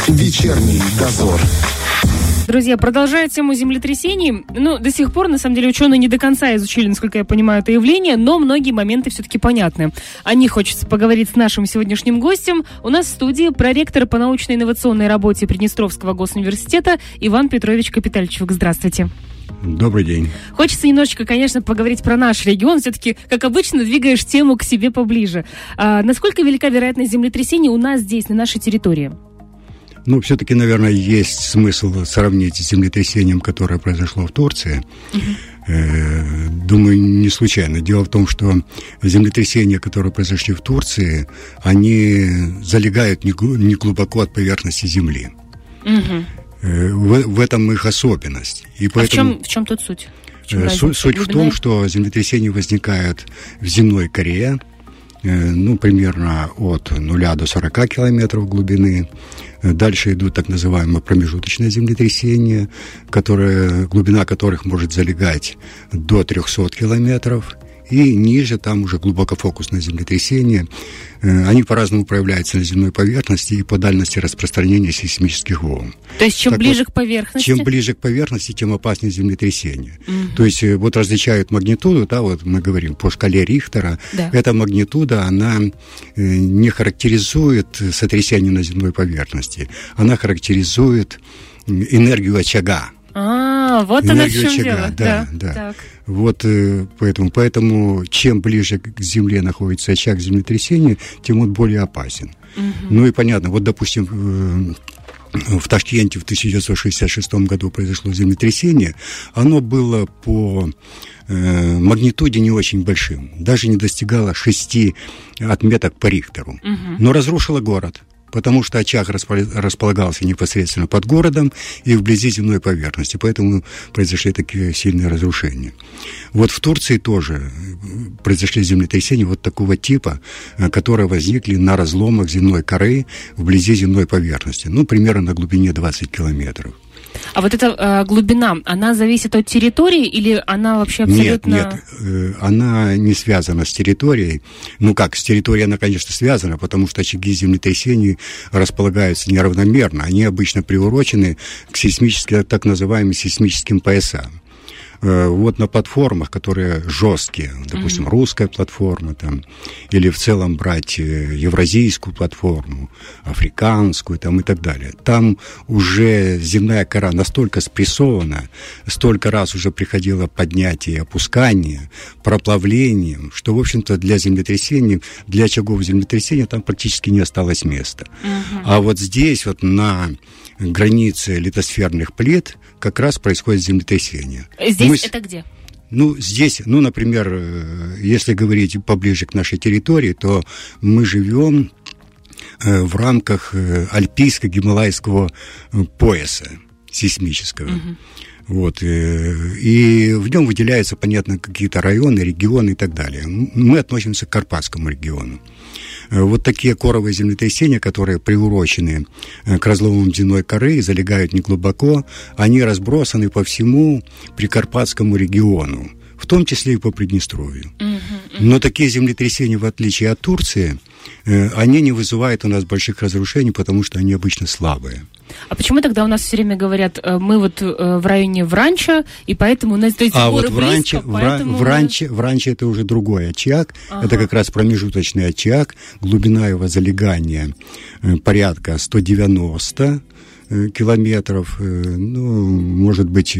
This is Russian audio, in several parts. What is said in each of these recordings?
Вечерний дозор. Друзья, продолжая тему землетрясений, до сих пор, на самом деле, ученые не до конца изучили, насколько я понимаю, это явление, но многие моменты все-таки понятны. О них хочется поговорить с нашим сегодняшним гостем. У нас в студии проректор по научно-инновационной работе Приднестровского госуниверситета Иван Петрович Капитальчук. Здравствуйте. Добрый день. Хочется немножечко, конечно, поговорить про наш регион. Все-таки, как обычно, двигаешь тему к себе поближе. Насколько велика вероятность землетрясений у нас здесь, на нашей территории? Все-таки, наверное, есть смысл сравнить с землетрясением, которое произошло в Турции. Думаю, не случайно. Дело в том, что землетрясения, которые произошли в Турции, они залегают не глубоко от поверхности земли. В этом их особенность. И поэтому... в чем тут суть? Суть в том, что землетрясения возникают в земной коре, примерно от 0 до 40 километров глубины. Дальше идут так называемые промежуточные землетрясения, глубина которых может залегать до 300 километров. И ниже там уже глубокофокусное землетрясение. Они по-разному проявляются на земной поверхности и по дальности распространения сейсмических волн. То есть чем ближе к поверхности? Чем ближе к поверхности, тем опаснее землетрясение. То есть различают магнитуду, мы говорим по шкале Рихтера. Да. Эта магнитуда, она не характеризует сотрясение на земной поверхности. Она характеризует энергию очага. Вот она в чем дело. Да. Так. Поэтому чем ближе к земле находится очаг землетрясения, тем он более опасен. И понятно, допустим, в Ташкенте в 1966 году произошло землетрясение. Оно было по магнитуде не очень большим, даже не достигало 6 отметок по Рихтеру, но разрушило город. Потому что очаг располагался непосредственно под городом и вблизи земной поверхности, поэтому произошли такие сильные разрушения. В Турции тоже произошли землетрясения такого типа, которые возникли на разломах земной коры вблизи земной поверхности, примерно на глубине 20 километров. А эта глубина, она зависит от территории или она вообще абсолютно... Нет, она не связана с территорией. С территорией она, конечно, связана, потому что очаги землетрясений располагаются неравномерно. Они обычно приурочены к так называемым сейсмическим поясам. На платформах, которые жесткие, допустим, русская платформа, или в целом брать евразийскую платформу, африканскую и так далее. Там уже земная кора настолько спрессована, столько раз уже приходило поднятие и опускание, проплавлением, что, в общем-то, для очагов землетрясения там практически не осталось места. А здесь, на границе литосферных плит, как раз происходит землетрясение. Здесь это где? Здесь, например, если говорить поближе к нашей территории, то мы живем в рамках альпийско-гималайского пояса сейсмического. И в нем выделяются, понятно, какие-то районы, регионы и так далее. Мы относимся к Карпатскому региону. Такие коровые землетрясения, которые приурочены к разломам земной коры и залегают неглубоко, они разбросаны по всему Прикарпатскому региону, в том числе и по Приднестровью. Но такие землетрясения, в отличие от Турции, они не вызывают у нас больших разрушений, потому что они обычно слабые. А почему тогда у нас все время говорят, мы в районе Вранча, и поэтому у нас эти горы близко, поэтому... В Ранче это уже другой очаг, это как раз промежуточный очаг, глубина его залегания порядка 190 километров, может быть,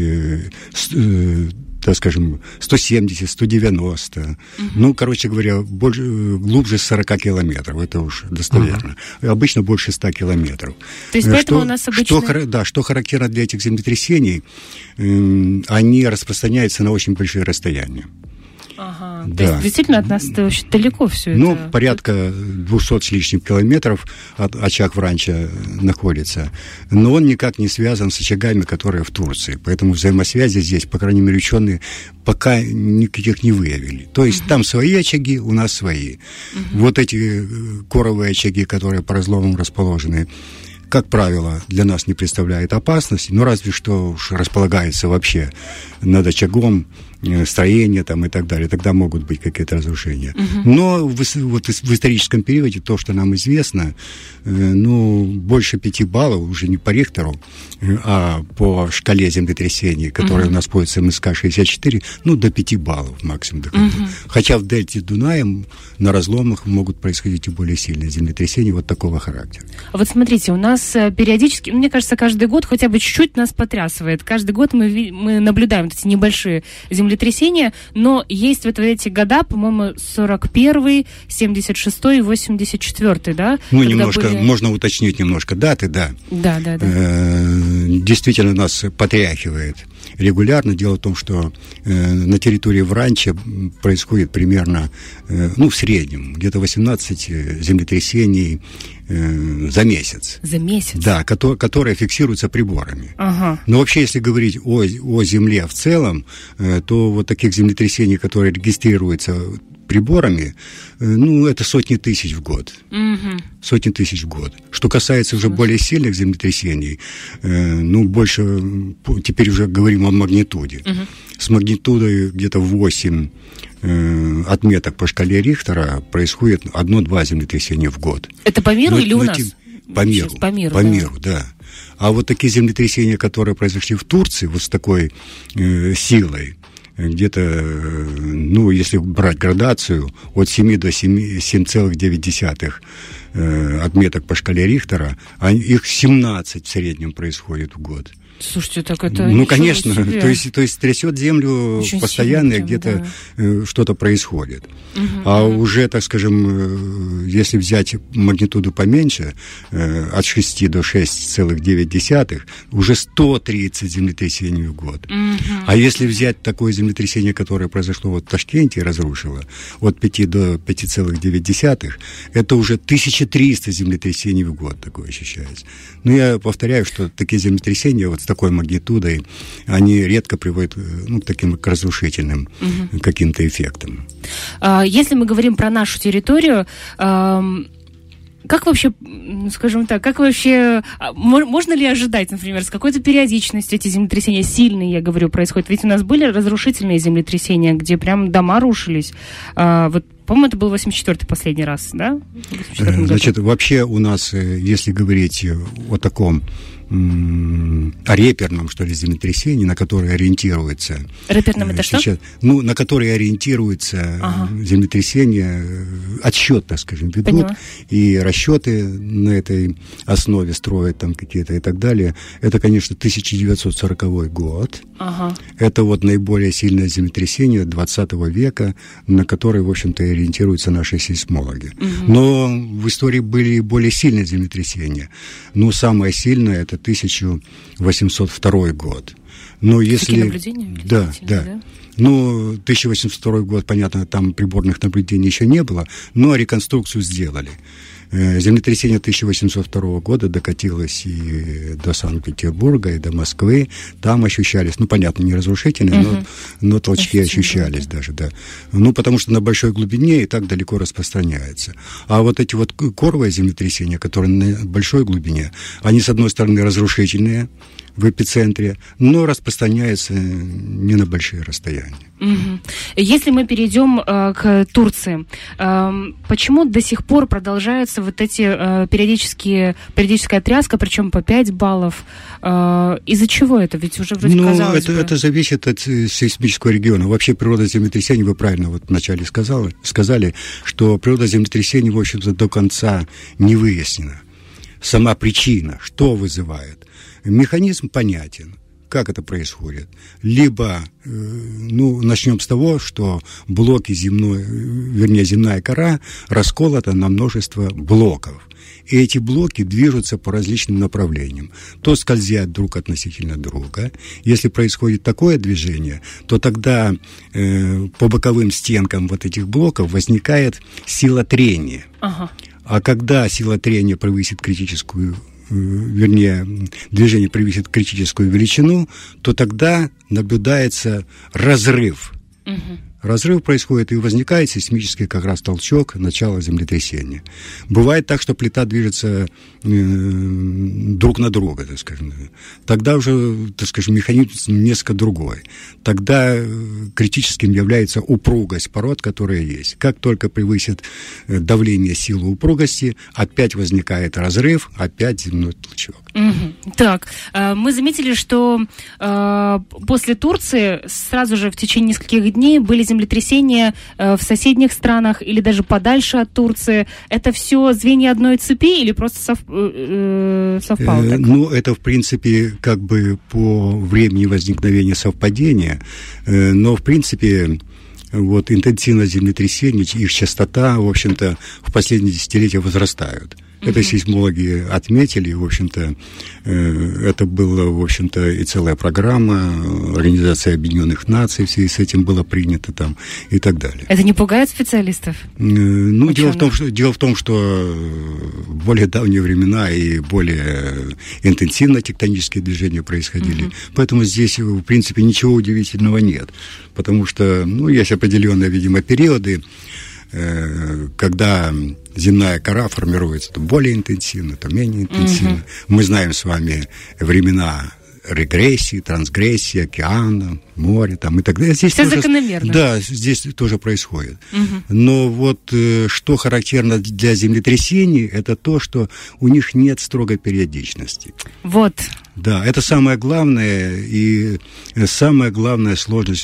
170, 190. Короче говоря, глубже 40 километров. Это уж достоверно. Обычно больше 100 километров. То есть поэтому у нас обычно... Что характерно для этих землетрясений, они распространяются на очень большие расстояния. То есть действительно от нас очень далеко все это? Порядка 200 с лишним километров очаг Вранча находится. Но он никак не связан с очагами, которые в Турции. Поэтому взаимосвязи здесь, по крайней мере, ученые пока никаких не выявили. То есть там свои очаги, у нас свои. Эти коровые очаги, которые по разломам расположены, как правило, для нас не представляет опасности, но разве что уж располагается вообще над очагом строения там и так далее. Тогда могут быть какие-то разрушения. Но вот в историческом периоде то, что нам известно, больше 5 баллов, уже не по Рихтеру, а по шкале землетрясений, которая у нас вводится МСК-64, до 5 баллов максимум доходит. Хотя в дельте Дуная на разломах могут происходить и более сильные землетрясения вот такого характера. Вот смотрите, у нас периодически, мне кажется, каждый год хотя бы чуть-чуть нас потрясывает. Каждый год мы наблюдаем эти небольшие землетрясения, но есть вот эти года, по-моему, 41-й, 76-й, 84-й, да? Немножко, можно уточнить немножко даты, да. Да. Действительно нас потряхивает регулярно. Дело в том, что на территории Вранча происходит примерно, в среднем, где-то 18 землетрясений за месяц. За месяц? Да, которые фиксируются приборами. Ага. Но вообще, если говорить о Земле в целом, то вот таких землетрясений, которые регистрируются приборами, это сотни тысяч в год. Сотни тысяч в год. Что касается уже более сильных землетрясений, больше, теперь уже говорим о магнитуде. С магнитудой где-то 8 отметок по шкале Рихтера происходит 1-2 землетрясения в год. Это по миру или у нас? По миру. По миру, да. А вот такие землетрясения, которые произошли в Турции, вот с такой силой, где-то, если брать градацию, от 7 до 7,9 отметок по шкале Рихтера, их 17 в среднем происходит в год. Слушайте, так это... конечно, то есть трясет землю очень постоянно, сильно, где-то что-то происходит. А уже, так скажем, если взять магнитуду поменьше, от 6 до 6,9, уже 130 землетрясений в год. А если взять такое землетрясение, которое произошло в Ташкенте и разрушило, от 5 до 5,9, это уже 1300 землетрясений в год такое ощущается. Я повторяю, что такие землетрясения с такой магнитудой, они редко приводят к таким к разрушительным каким-то эффектам. Если мы говорим про нашу территорию, как вообще, скажем так, можно ли ожидать, например, с какой-то периодичностью эти землетрясения сильные, я говорю, происходят? Ведь у нас были разрушительные землетрясения, где прям дома рушились. По-моему, это был 84-й последний раз, да? Значит, вообще у нас, если говорить о таком о реперном, что ли, землетрясении, на которое ориентируется... Реперном это сейчас, что? На которое ориентируется землетрясение, отсчет, так скажем, ведут. Поняла. И расчеты на этой основе строят там какие-то и так далее. Это, конечно, 1940 год. Это наиболее сильное землетрясение 20 века, на которое, в общем-то, ориентируются наши сейсмологи. Но в истории были и более сильные землетрясения. Самое сильное — это 1802 год. Такие наблюдения? Да. 1802 год, понятно, там приборных наблюдений еще не было, но реконструкцию сделали. Землетрясение 1802 года докатилось и до Санкт-Петербурга, и до Москвы. Там ощущались, понятно, не разрушительные, но толчки ощущались даже, да. Потому что на большой глубине и так далеко распространяется. А вот эти коровые землетрясения, которые на большой глубине, они, с одной стороны, разрушительные в эпицентре, но распространяются не на большие расстояния. Если мы перейдем к Турции, почему до сих пор продолжаются эти периодическая тряска, причем по 5 баллов? Из-за чего это? Ведь уже вроде казалось бы... Это зависит от сейсмического региона. Вообще природа землетрясений, вы правильно вначале сказали, что природа землетрясений, в общем-то, до конца не выяснена. Сама причина, что вызывает. Механизм понятен. Как это происходит? Либо, начнем с того, что земная кора расколота на множество блоков. И эти блоки движутся по различным направлениям. То скользят друг относительно друга. Если происходит такое движение, то тогда по боковым стенкам этих блоков возникает сила трения. А когда сила трения превысит движение превысит критическую величину, то тогда наблюдается разрыв Разрыв происходит, и возникает сейсмический как раз толчок, начало землетрясения. Бывает так, что плита движется друг на друга, так скажем. Тогда уже, так скажем, механизм несколько другой. Тогда критическим является упругость пород, которые есть. Как только превысит давление силы упругости, опять возникает разрыв, опять земной толчок. Угу. Так, мы заметили, что после Турции сразу же в течение нескольких дней были землетрясения в соседних странах или даже подальше от Турции. Это все звенья одной цепи или просто совпало так? Ну, это, в принципе, как бы по времени возникновения совпадения, но, в принципе, вот интенсивность землетрясений, их частота, в общем-то, в последние десятилетия возрастают. Это сейсмологи отметили, в общем-то, это была, в общем-то, и целая программа Организации Объединенных Наций, в связи с этим было принято там и так далее. Это не пугает специалистов? Ну, дело в том, что в более давние времена и более интенсивно тектонические движения происходили, поэтому здесь, в принципе, ничего удивительного нет, потому что, ну, есть определенные, видимо, периоды, когда земная кора формируется то более интенсивно, то менее интенсивно. Мы знаем с вами времена регрессии, трансгрессии, океана, моря там, и так далее. Здесь все тоже, закономерно. Да, здесь тоже происходит. Но вот что характерно для землетрясений, это то, что у них нет строгой периодичности. Вот. Да, это самое главное, и самая главная сложность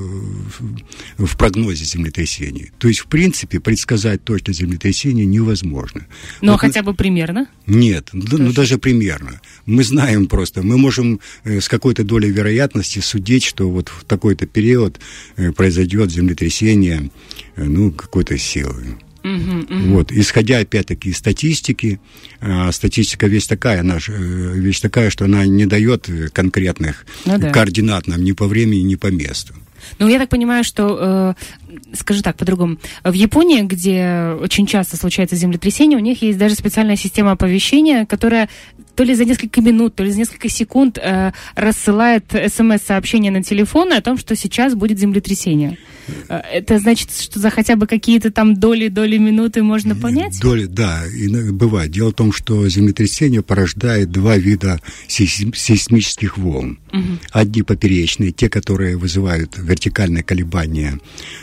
в прогнозе землетрясений. То есть, в принципе, предсказать точно землетрясение невозможно. Но вот, хотя бы примерно? Нет, ну даже примерно. Мы знаем просто, мы можем с какой-то долей вероятности судить, что вот в такой-то период произойдет землетрясение, ну, какой-то силы. Вот, исходя опять-таки из статистики, статистика вещь такая, что она не дает конкретных координат нам ни по времени, ни по месту. Ну, я так понимаю, что, скажу так, по-другому. В Японии, где очень часто случается землетрясение, у них есть даже специальная система оповещения, которая то ли за несколько минут, то ли за несколько секунд рассылает СМС-сообщение на телефон о том, что сейчас будет землетрясение. Это значит, что за хотя бы какие-то там доли минуты можно понять? Доли, да, бывает. Дело в том, что землетрясение порождает два вида сейсмических волн. Одни поперечные, те, которые вызывают вертикальное колебание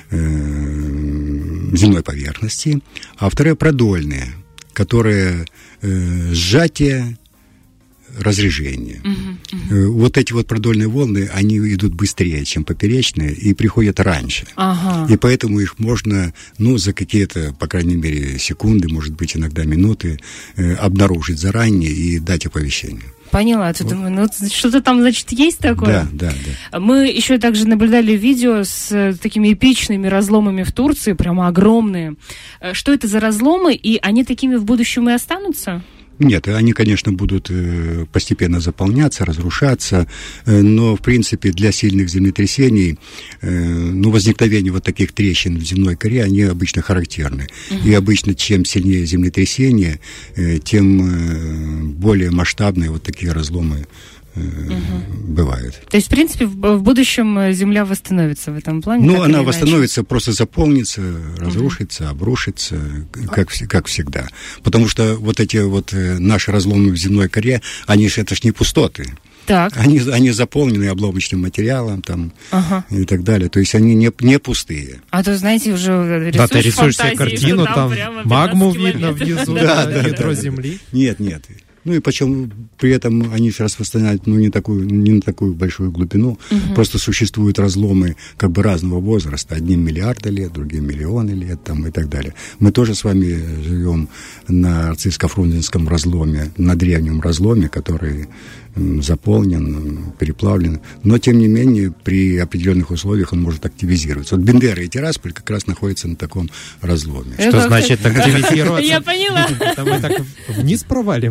земной поверхности, а вторые продольные, которые сжатие, разрежение. Вот эти вот продольные волны, они идут быстрее, чем поперечные, и приходят раньше. И поэтому их можно, ну, за какие-то, по крайней мере, секунды, может быть, иногда минуты, обнаружить заранее и дать оповещение. Поняла. Вот. Думаю, ну, что-то там, значит, есть такое? Да. Мы еще также наблюдали видео с такими эпичными разломами в Турции, прямо огромные. Что это за разломы, и они такими в будущем и останутся? Нет, они, конечно, будут постепенно заполняться, разрушаться, но, в принципе, для сильных землетрясений, ну, возникновение вот таких трещин в земной коре, они обычно характерны. И обычно, чем сильнее землетрясение, тем более масштабные вот такие разломы бывает. То есть, в принципе, в будущем Земля восстановится в этом плане? Ну, она восстановится, просто заполнится, разрушится, обрушится, как всегда. Потому что вот эти вот наши разломы в земной коре, это ж не пустоты. Так. Они заполнены обломочным материалом там, и так далее. То есть они не пустые. А то, знаете, уже рисуешь ты рисуешь себе картину, там магму видно внизу, ядро Земли. Нет. Ну и причем при этом они распространяют не на такую большую глубину. Просто существуют разломы как бы разного возраста. Одним миллиарды лет, другим миллионы лет там, и так далее. Мы тоже с вами живем на Арцизско-Фрунзенском разломе, на древнем разломе, который заполнен, переплавлен. Но, тем не менее, при определенных условиях он может активизироваться. Вот Бендера и Тирасполь как раз находятся на таком разломе. Что значит активизироваться? Я поняла. Мы так вниз провалимся.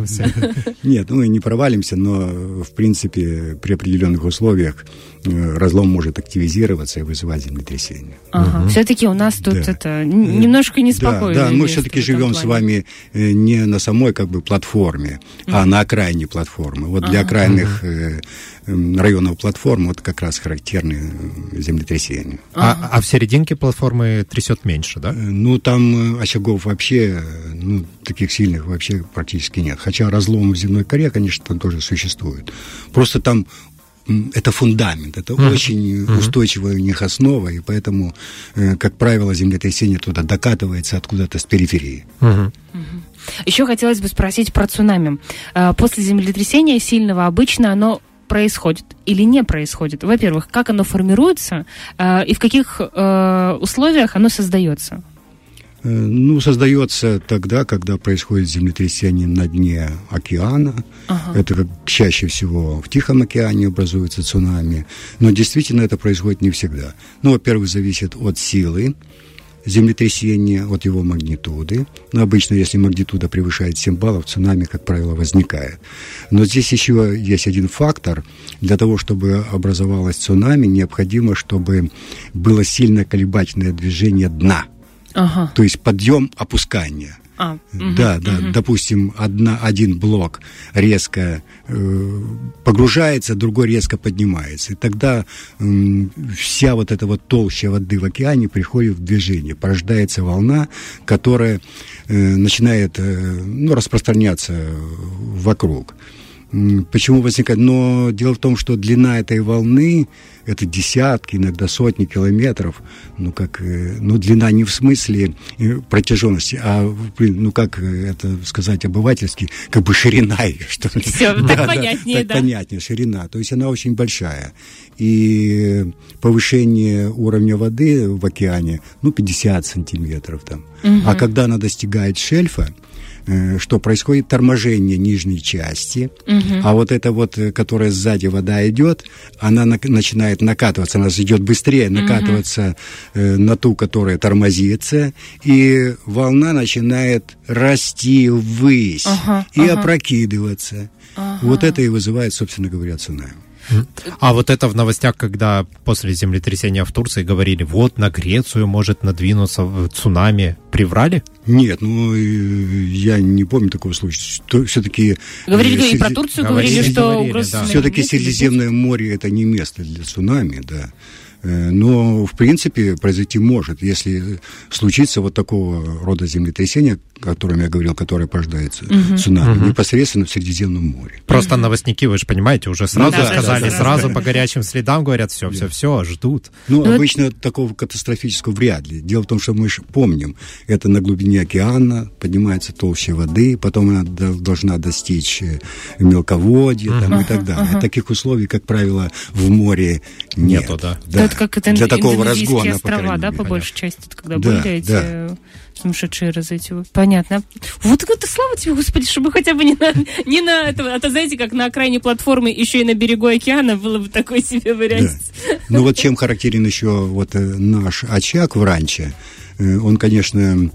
Нет, мы не провалимся, но, в принципе, при определенных условиях разлом может активизироваться и вызывать землетрясение. Все-таки у нас тут немножко неспокойно. Да, мы все-таки живем с вами не на самой платформе, а на окраине платформы. Вот для окраинных районов платформ вот как раз характерны землетрясения. А в серединке платформы трясет меньше, да? Ну, там очагов вообще, таких сильных вообще практически нет. Хотя разлом в земной коре, конечно, там тоже существует. Просто там это фундамент, это очень устойчивая у них основа, и поэтому, как правило, землетрясение туда докатывается откуда-то с периферии. Еще хотелось бы спросить про цунами. После землетрясения сильного обычно оно происходит или не происходит? Во-первых, как оно формируется и в каких условиях оно создается? Создается тогда, когда происходит землетрясение на дне океана. Это чаще всего в Тихом океане образуется цунами. Но действительно это происходит не всегда. Во-первых, зависит от силы землетрясения, от его магнитуды. Обычно, если магнитуда превышает 7 баллов, цунами, как правило, возникает. Но здесь еще есть один фактор. Для того, чтобы образовалось цунами, необходимо, чтобы было сильное колебательное движение дна. То есть подъем, опускание. Допустим, один блок резко погружается, другой резко поднимается. И тогда вся вот эта вот толща воды в океане приходит в движение. Порождается волна, которая начинает распространяться вокруг. Почему возникает? Но дело в том, что длина этой волны — это десятки, иногда сотни километров. Длина не в смысле протяженности, а, как это сказать обывательски, ширина ее, что ли. Все, так понятнее, так понятнее, ширина. То есть она очень большая. И повышение уровня воды в океане, 50 сантиметров там. А когда она достигает шельфа, что происходит торможение нижней части, а вот эта вот, которая сзади вода идет, она начинает накатываться, она идет быстрее, накатываться на ту, которая тормозится, и волна начинает расти ввысь и опрокидываться. Вот это и вызывает, собственно говоря, цунами. А вот это в новостях, когда после землетрясения в Турции говорили, вот на Грецию может надвинуться цунами, приврали? Нет, я не помню такого случая. Все-таки говорили и про Турцию, говорили, что угроза. Все-таки Средиземное море — это не место для цунами, да. Но, в принципе, произойти может, если случится вот такого рода землетрясение, о котором я говорил, которое порождается цунами, непосредственно в Средиземном море. Просто новостники, вы же понимаете, уже сразу сказали, сразу по горячим следам говорят, все, ждут. Обычно такого катастрофического вряд ли. Дело в том, что мы же помним, это на глубине океана, поднимается толща воды, потом она должна достичь мелководья и так далее. Таких условий, как правило, в море нету. Это как это для такого Индонезийские разгона, острова, по большей части, когда были эти сумасшедшие разы. Понятно. Вот это слава тебе, Господи, чтобы хотя бы не на это, а то, знаете, как на окраине платформы, еще и на берегу океана было бы такой себе вариант. Да. Чем характерен еще наш очаг в ранче, он, конечно,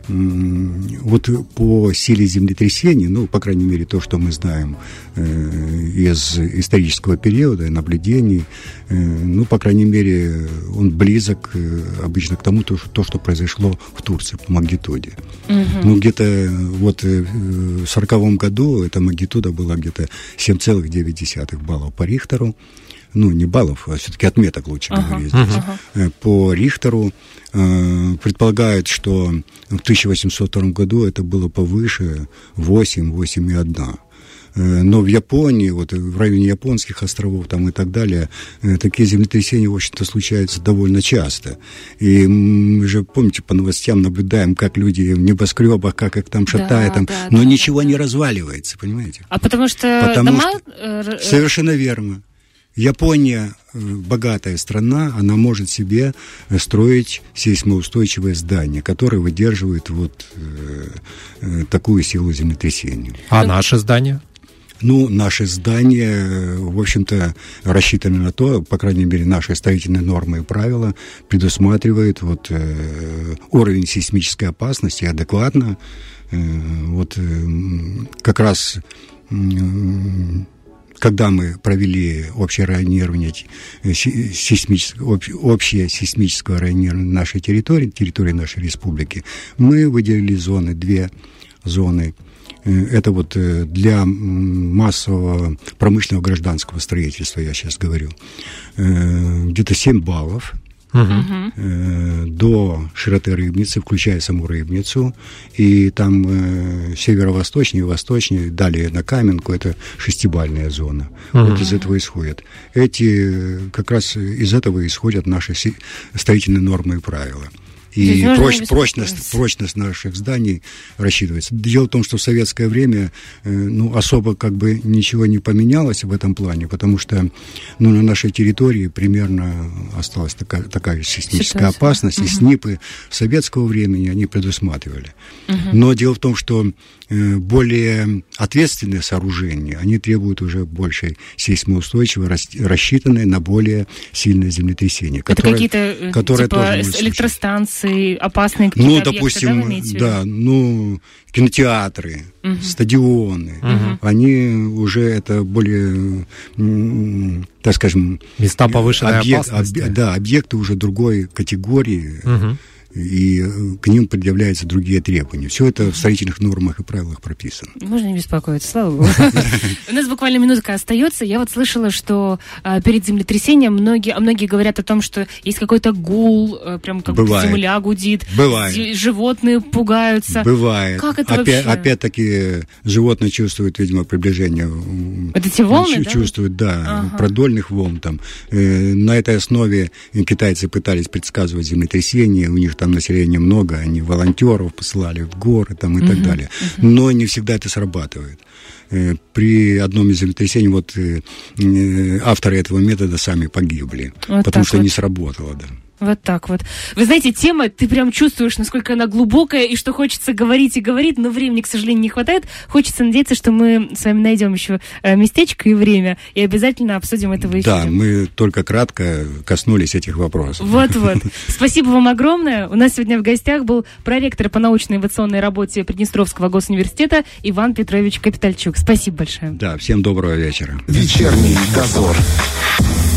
по силе землетрясений, по крайней мере, то, что мы знаем из исторического периода, наблюдений, по крайней мере, он близок обычно к тому, что произошло в Турции по магнитуде. Где-то в 1940 году эта магнитуда была где-то 7,9 баллов по Рихтеру. Не баллов, а все-таки отметок, лучше говорить здесь. По Рихтеру предполагают, что в 1802 году это было повыше 8,1. Но в Японии, в районе японских островов и так далее, такие землетрясения, в общем-то, случаются довольно часто. И мы же, помните, по новостям наблюдаем, как люди в небоскребах, как их там шатает, но ничего не разваливается, понимаете? А потому что дома... Совершенно верно. Япония богатая страна, она может себе строить сейсмоустойчивое здание, которое выдерживает такую силу землетрясения. А наши здания? Наши здания, в общем-то, рассчитаны на то, по крайней мере, наши строительные нормы и правила предусматривают уровень сейсмической опасности адекватно. Как раз когда мы провели общее районирование, общее сейсмическое районирование нашей территории нашей республики, мы выделили зоны, 2 зоны. Это вот для массового промышленного гражданского строительства, я сейчас говорю, где-то 7 баллов. До широты Рыбницы, включая саму Рыбницу, и там северо-восточнее, восточнее, далее на Каменку, это 6-бальная зона. Вот из этого исходят. Как раз из этого исходят наши строительные нормы и правила. И прочность наших зданий рассчитывается. Дело в том, что в советское время особо как бы ничего не поменялось в этом плане, потому что на нашей территории примерно осталась такая сейсмическая опасность, и СНИПы советского времени они предусматривали. Но дело в том, что более ответственные сооружения, они требуют уже большей сейсмоустойчивости, рассчитанные на более сильное землетрясение. Это какие-то электростанции, опасные какие-то объекты, да, вы имеете в виду? Да, кинотеатры, стадионы, они уже это более, так скажем... Места повышенной опасности. Да, объекты уже другой категории, и к ним предъявляются другие требования. Все это в строительных нормах и правилах прописано. Можно не беспокоиться, слава богу. У нас буквально минутка остается. Я вот слышала, что перед землетрясением многие говорят о том, что есть какой-то гул, прям как будто земля гудит. Бывает. Животные пугаются. Бывает. Как это вообще? Опять-таки, животные чувствуют, видимо, приближение. Вот эти волны, да? Чувствуют, да, продольных волн там. На этой основе китайцы пытались предсказывать землетрясения, у них там населения много, они волонтеров посылали в горы там, и так далее. Но не всегда это срабатывает. При одном из землетрясений авторы этого метода сами погибли, потому что не сработало, да. Вот так вот. Вы знаете, тема, ты прям чувствуешь, насколько она глубокая, и что хочется говорить и говорить, но времени, к сожалению, не хватает. Хочется надеяться, что мы с вами найдем еще местечко и время, и обязательно обсудим это в эфире. Да, мы только кратко коснулись этих вопросов. Вот-вот. Спасибо вам огромное. У нас сегодня в гостях был проректор по научно-инновационной работе Приднестровского госуниверситета Иван Петрович Капитальчук. Спасибо большое. Да, всем доброго вечера. Вечерний дозор.